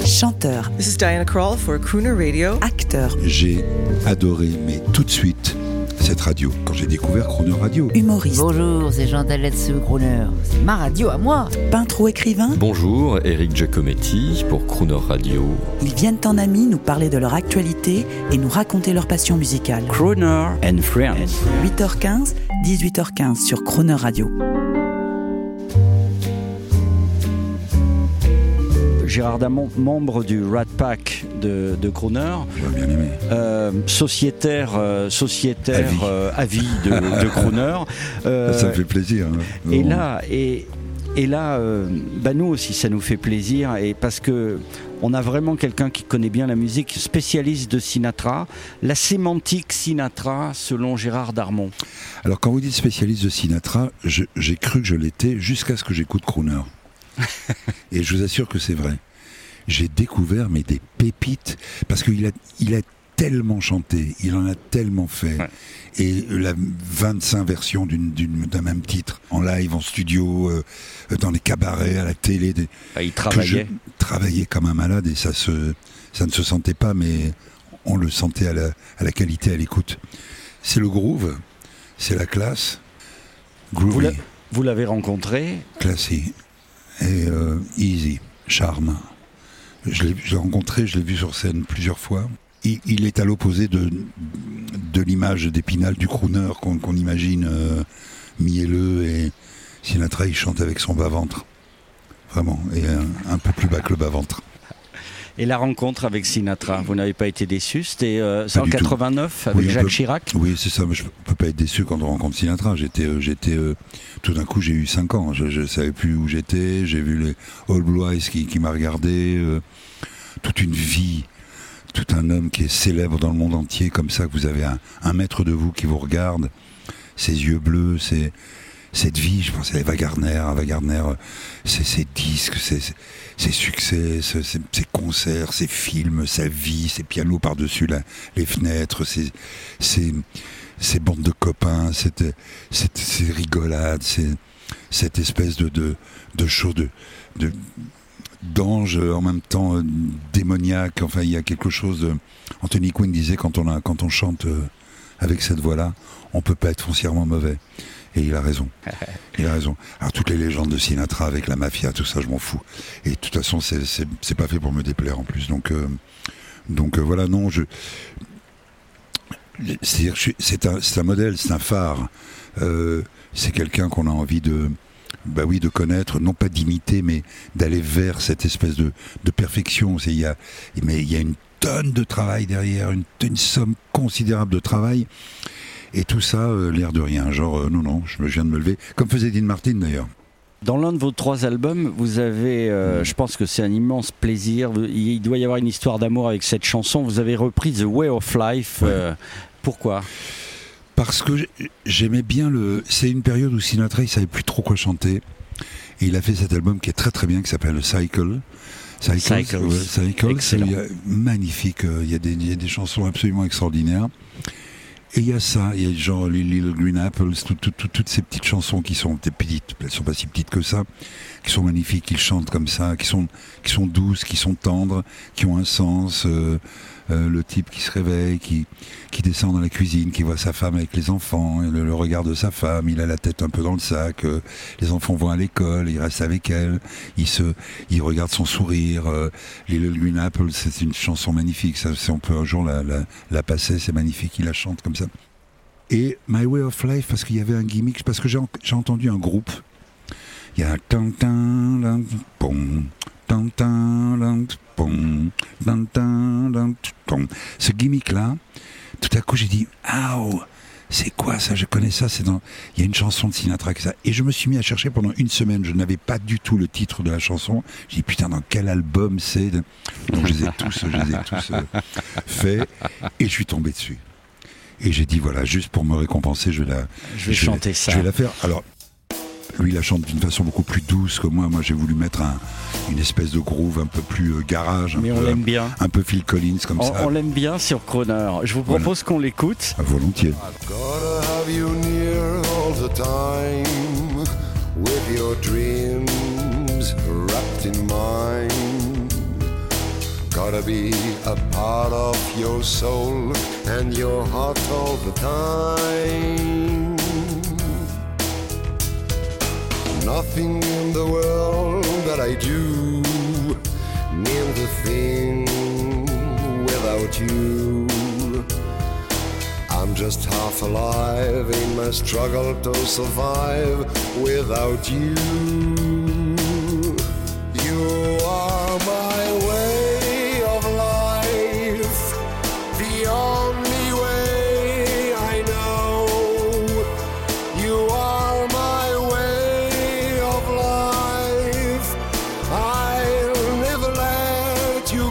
Chanteur. This is Diana Krall for Crooner Radio. Acteur. J'ai adoré, mais tout de suite, cette radio, quand j'ai découvert Crooner Radio. Humoriste. Bonjour, c'est Jean Daletsu, Crooner. C'est ma radio à moi. Peintre ou écrivain. Bonjour, Eric Giacometti pour Crooner Radio. Ils viennent en amis nous parler de leur actualité et nous raconter leur passion musicale. Crooner and Friends. 8h15, 18h15 sur Crooner Radio. Gérard Damon, membre du Rat Pack de Crooner, J'aurais bien aimé. sociétaire à vie de Crooner. Ça me fait plaisir. Hein. Et là, nous aussi, ça nous fait plaisir, et parce que on a vraiment quelqu'un qui connaît bien la musique, spécialiste de Sinatra, la sémantique Sinatra selon Gérard Darmon. Alors quand vous dites spécialiste de Sinatra, j'ai cru que je l'étais jusqu'à ce que j'écoute Crooner. Et je vous assure que c'est vrai. J'ai découvert des pépites, parce qu'il a tellement chanté, il en a tellement fait, ouais. Et la 25 versions d'un même titre, en live, en studio, dans les cabarets, à la télé. Il travaillait. Travaillait comme un malade, et ça ne se sentait pas, mais on le sentait à la qualité, à l'écoute. C'est le groove, c'est la classe. Groovy. Vous l'avez rencontré. Classy. Et easy, charme. Je l'ai rencontré, je l'ai vu sur scène plusieurs fois. Il est à l'opposé de l'image d'Épinal du crooner qu'on imagine mielleux, et Sinatra il chante avec son bas-ventre. Vraiment, et un peu plus bas que le bas-ventre. Et la rencontre avec Sinatra, vous n'avez pas été déçu? C'était en 89 avec Jacques Chirac? Oui, c'est ça, mais je ne peux pas être déçu quand on rencontre Sinatra. Tout d'un coup, j'ai eu 5 ans, je ne savais plus où j'étais, j'ai vu les All Blue Eyes qui m'a regardé, toute une vie, tout un homme qui est célèbre dans le monde entier, comme ça, que vous avez un maître de vous qui vous regarde, ses yeux bleus, cette vie, je pense à Ava Gardner, ses disques, ses succès, ses concerts, ses films, sa vie, ses pianos par-dessus les fenêtres, ses bandes de copains, ces rigolades, cette espèce de chose d'ange en même temps démoniaque. Enfin, il y a quelque chose de... Anthony Quinn disait quand on chante avec cette voix-là, on peut pas être foncièrement mauvais. Et il a raison. Alors toutes les légendes de Sinatra avec la mafia, tout ça, je m'en fous. Et de toute façon, c'est pas fait pour me déplaire en plus. Donc voilà, non, c'est un modèle, c'est un phare. C'est quelqu'un qu'on a envie de connaître, non pas d'imiter, mais d'aller vers cette espèce de perfection. Mais il y a une tonne de travail derrière, une somme considérable de travail. Et tout ça, l'air de rien, genre non, je viens de me lever, comme faisait Dean Martin d'ailleurs. Dans l'un de vos 3 albums, vous avez, je pense que c'est un immense plaisir, il doit y avoir une histoire d'amour avec cette chanson, vous avez repris The Way of Life, ouais. Pourquoi ? Parce que j'aimais bien c'est une période où Sinatra, il savait plus trop quoi chanter, et il a fait cet album qui est très très bien, qui s'appelle Cycle. Cycle, c'est magnifique, il y a des chansons absolument extraordinaires. Et il y a ça, il y a genre les Little Green Apples, toutes ces petites chansons qui sont petites, elles sont pas si petites que ça, qui sont magnifiques, qui chantent comme ça, qui sont douces, qui sont tendres, qui ont un sens. Le type qui se réveille, qui descend dans la cuisine, qui voit sa femme avec les enfants, le regard de sa femme, il a la tête un peu dans le sac, les enfants vont à l'école, il reste avec elle, il regarde son sourire. Little Green Apple, c'est une chanson magnifique, ça, si on peut un jour la passer, c'est magnifique, il la chante comme ça. Et My Way of Life, parce qu'il y avait un gimmick, parce que j'ai entendu un groupe, il y a un ce gimmick là, tout à coup j'ai dit c'est quoi ça, je connais ça, il y a une chanson de Sinatra que ça, et je me suis mis à chercher pendant une semaine, je n'avais pas du tout le titre de la chanson, j'ai dit putain dans quel album c'est, donc je les ai tous faits, et je suis tombé dessus et j'ai dit voilà, juste pour me récompenser je vais chanter ça, je vais la faire. Alors lui il la chante d'une façon beaucoup plus douce que moi j'ai voulu mettre une espèce de groove un peu plus garage, mais on l'aime bien, un peu Phil Collins comme ça. On l'aime bien sur Crooner. Je vous propose qu'on l'écoute. Volontiers. I've gotta have you near all the time, with your dreams wrapped in mine. ought to be a part of your soul and your heart all the time. Nothing in the world that I do means a thing without you. I'm just half alive in my struggle to survive without you. You are my way of life, the only way I know. You are my way of life, I'll never let you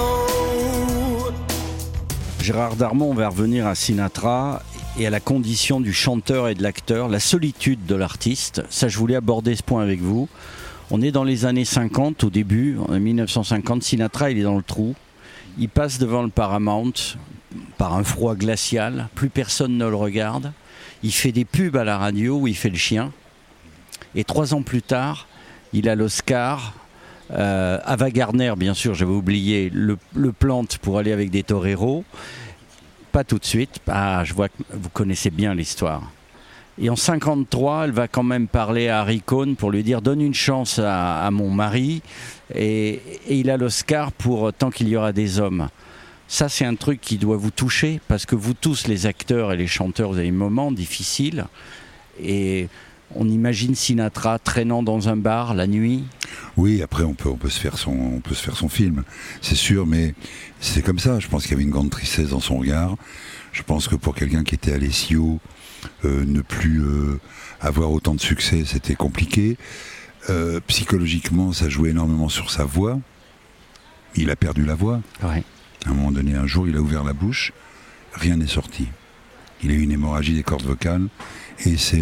go. Gérard Darmon va revenir à Sinatra et à la condition du chanteur et de l'acteur, la solitude de l'artiste. Ça, je voulais aborder ce point avec vous. On est dans les années 50, au début, en 1950, Sinatra, il est dans le trou. Il passe devant le Paramount par un froid glacial, plus personne ne le regarde. Il fait des pubs à la radio où il fait le chien. Et 3 ans plus tard, il a l'Oscar. Ava Gardner, bien sûr, j'avais oublié, le plante pour aller avec des toreros. Pas tout de suite. Ah, je vois que vous connaissez bien l'histoire. Et en 53, elle va quand même parler à Harry Cohn pour lui dire « Donne une chance à mon mari ». Et il a l'Oscar pour « Tant qu'il y aura des hommes ». Ça, c'est un truc qui doit vous toucher parce que vous tous, les acteurs et les chanteurs, vous avez des moments difficiles. Et on imagine Sinatra traînant dans un bar la nuit. Oui, après on peut se faire son film, c'est sûr, mais c'est comme ça. Je pense qu'il y avait une grande tristesse dans son regard. Je pense que pour quelqu'un qui était allé si haut, ne plus avoir autant de succès, c'était compliqué. Psychologiquement, ça jouait énormément sur sa voix. Il a perdu la voix. Ouais. À un moment donné, un jour, il a ouvert la bouche, rien n'est sorti. Il a eu une hémorragie des cordes vocales, et c'est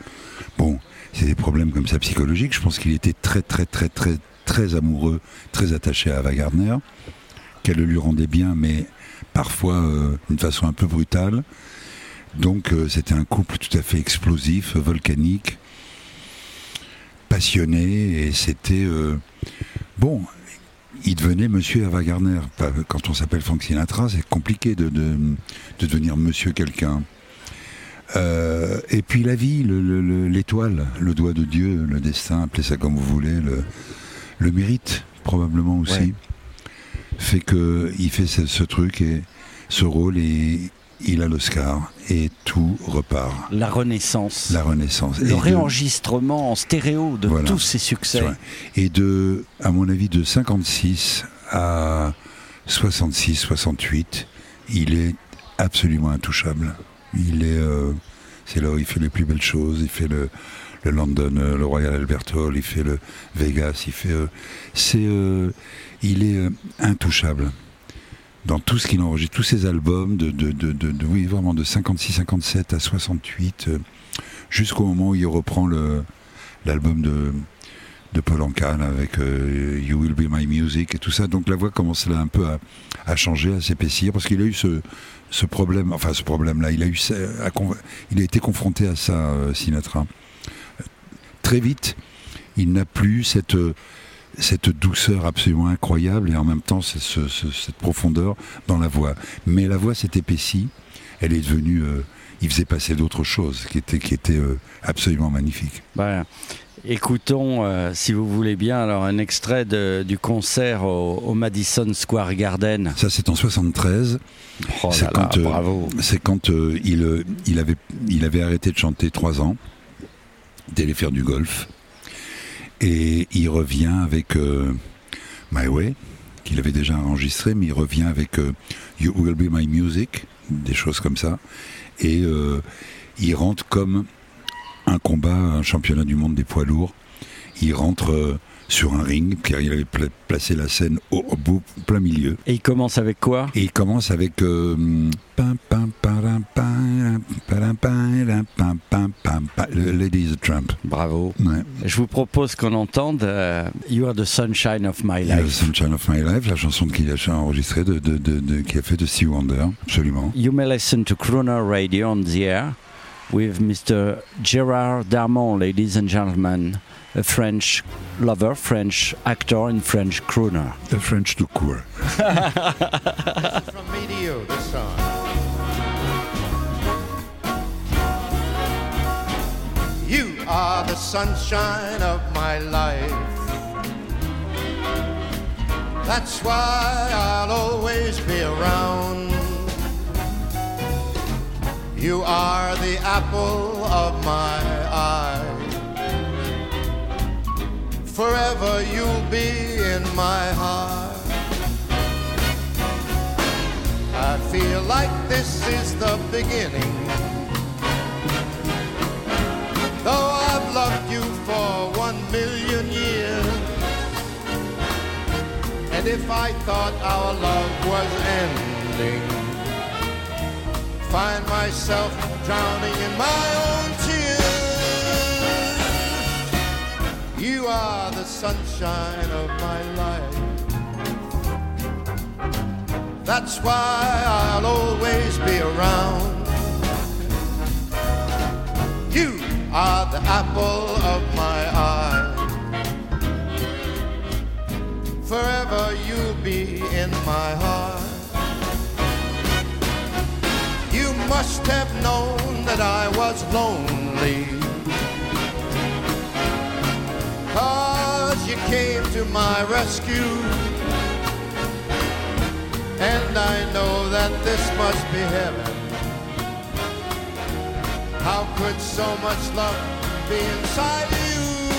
des problèmes comme ça psychologiques. Je pense qu'il était très, très, très, très, très amoureux, très attaché à Ava Gardner, qu'elle le lui rendait bien, mais parfois d'une façon un peu brutale. Donc c'était un couple tout à fait explosif, volcanique, passionné, et c'était... il devenait Monsieur Ava Gardner. Quand on s'appelle Frank Sinatra, c'est compliqué de devenir Monsieur quelqu'un. Et puis la vie, l'étoile, le doigt de Dieu, le destin, appelez ça comme vous voulez, le mérite probablement aussi, ouais, fait qu'il fait ce truc et ce rôle, et il a l'Oscar et tout repart. La renaissance. Le réenregistrement en stéréo de tous ses succès. Et à mon avis, de 56 à 66, 68, il est absolument intouchable. C'est là où il fait les plus belles choses. Il fait le London, le Royal Albert Hall, il fait le Vegas, il est intouchable. Dans tout ce qu'il enregistre, tous ses albums, vraiment de 56, 57 à 68, jusqu'au moment où il reprend l'album de Paul Anka avec You Will Be My Music et tout ça. Donc la voix commence là un peu à changer, à s'épaissir, parce qu'il a eu ce problème-là. Il a été confronté à ça, Sinatra. Très vite, il n'a plus cette douceur absolument incroyable, et en même temps cette profondeur dans la voix. Mais la voix s'est épaissie, elle est devenue... il faisait passer d'autres choses qui étaient absolument magnifiques. Écoutons, si vous voulez bien, alors un extrait du concert au Madison Square Garden. Ça, c'est en 73. Bravo. C'est quand il avait arrêté de chanter 3 ans, d'aller faire du golf. Et il revient avec My Way, qu'il avait déjà enregistré, mais il revient avec You Will Be My Music, des choses comme ça. Et il rentre comme un championnat du monde des poids lourds. Il rentre sur un ring, car il avait placé la scène au plein milieu. Et il commence avec quoi ? Et il commence avec Lady is a Tramp. Bravo. Ouais. Je vous propose qu'on entende You Are the Sunshine of My Life. You Are the Sunshine of My Life, la chanson qu'il a enregistrée qu'il a fait de Stevie Wonder, absolument. You may listen to Crooner Radio on the air. with Mr. Gérard Darmon, ladies and gentlemen, a French lover, French actor and French crooner. A French tout court. From me to you, this song. You are the sunshine of my life. That's why I'll always be around. You are the apple of my eye. Forever you'll be in my heart. I feel like this is the beginning. Though I've loved you for 1,000,000 years, and if I thought our love was ending, find myself drowning in my own tears. You are the sunshine of my life. That's why I'll always be around. You are the apple of my eye. Forever you'll be in my heart. You must have known that I was lonely, 'cause you came to my rescue. And I know that this must be heaven. How could so much love be inside you?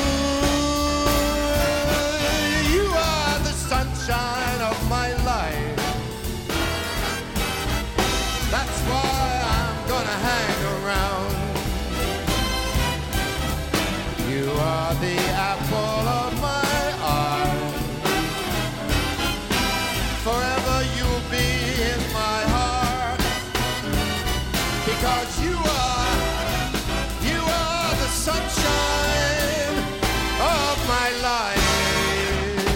You are the sunshine of my life. That's why I'm gonna hang around. You are the apple of my eye. Forever you'll be in my heart. Because you are the sunshine of my life.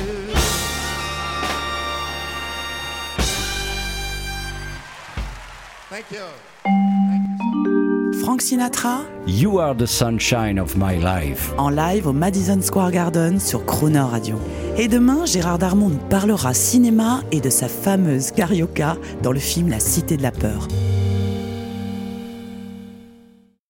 Thank you. Frank Sinatra, You are the sunshine of my life. en live au Madison Square Garden sur Crooner Radio. Et demain, Gérard Darmon nous parlera cinéma et de sa fameuse carioca dans le film La Cité de la Peur.